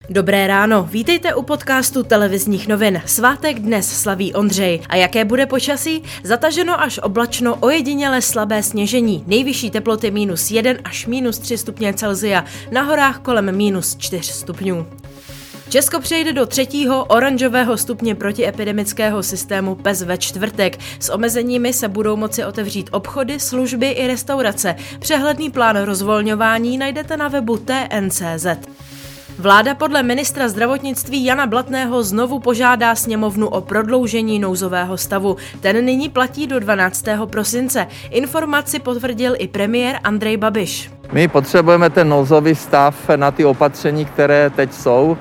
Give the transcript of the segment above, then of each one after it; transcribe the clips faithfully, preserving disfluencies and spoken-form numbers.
Dobré ráno, vítejte u podcastu televizních novin. Svátek dnes slaví Ondřej. A jaké bude počasí? Zataženo až oblačno, ojediněle slabé sněžení. Nejvyšší teploty minus jeden až minus tři stupně Celsia, na horách kolem minus čtyři stupňů. Česko přejde do třetího oranžového stupně protiepidemického systému P E S ve čtvrtek. S omezeními se budou moci otevřít obchody, služby i restaurace. Přehledný plán rozvolňování najdete na webu T N C Z. Vláda podle ministra zdravotnictví Jana Blatného znovu požádá sněmovnu o prodloužení nouzového stavu. Ten nyní platí do dvanáctého prosince. Informaci potvrdil i premiér Andrej Babiš. My potřebujeme ten nouzový stav na ty opatření, které teď jsou,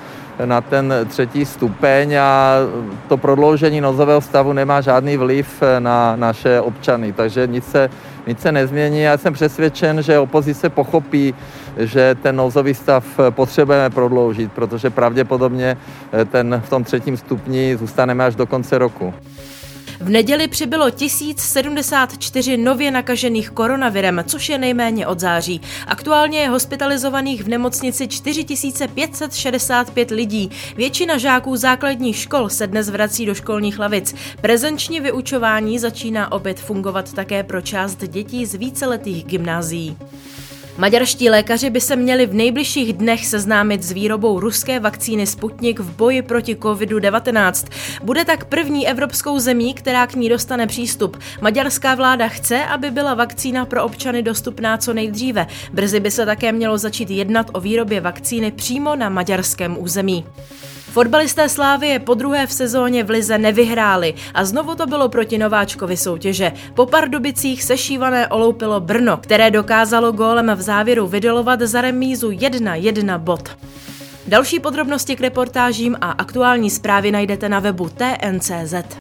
na ten třetí stupeň, a to prodloužení nouzového stavu nemá žádný vliv na naše občany, takže nic se, nic se nezmění. Já jsem přesvědčen, že opozice pochopí, že ten nouzový stav potřebujeme prodloužit, protože pravděpodobně ten v tom třetím stupni zůstaneme až do konce roku. V neděli přibylo tisíc sedmdesát čtyři nově nakažených koronavirem, což je nejméně od září. Aktuálně je hospitalizovaných v nemocnici čtyři tisíce pět set šedesát pět lidí. Většina žáků základních škol se dnes vrací do školních lavic. Prezenční vyučování začíná opět fungovat také pro část dětí z víceletých gymnázií. Maďarští lékaři by se měli v nejbližších dnech seznámit s výrobou ruské vakcíny Sputnik v boji proti kovidu devatenáct. Bude tak první evropskou zemí, která k ní dostane přístup. Maďarská vláda chce, aby byla vakcína pro občany dostupná co nejdříve. Brzy by se také mělo začít jednat o výrobě vakcíny přímo na maďarském území. Fotbalisté Slavie podruhé v sezóně v lize nevyhráli a znovu to bylo proti nováčkovi soutěže. Po Pardubicích sešívané oloupilo Brno, které dokázalo gólem v závěru vydolovat za remízu jedna jedna bod. Další podrobnosti k reportážím a aktuální zprávy najdete na webu T N C Z.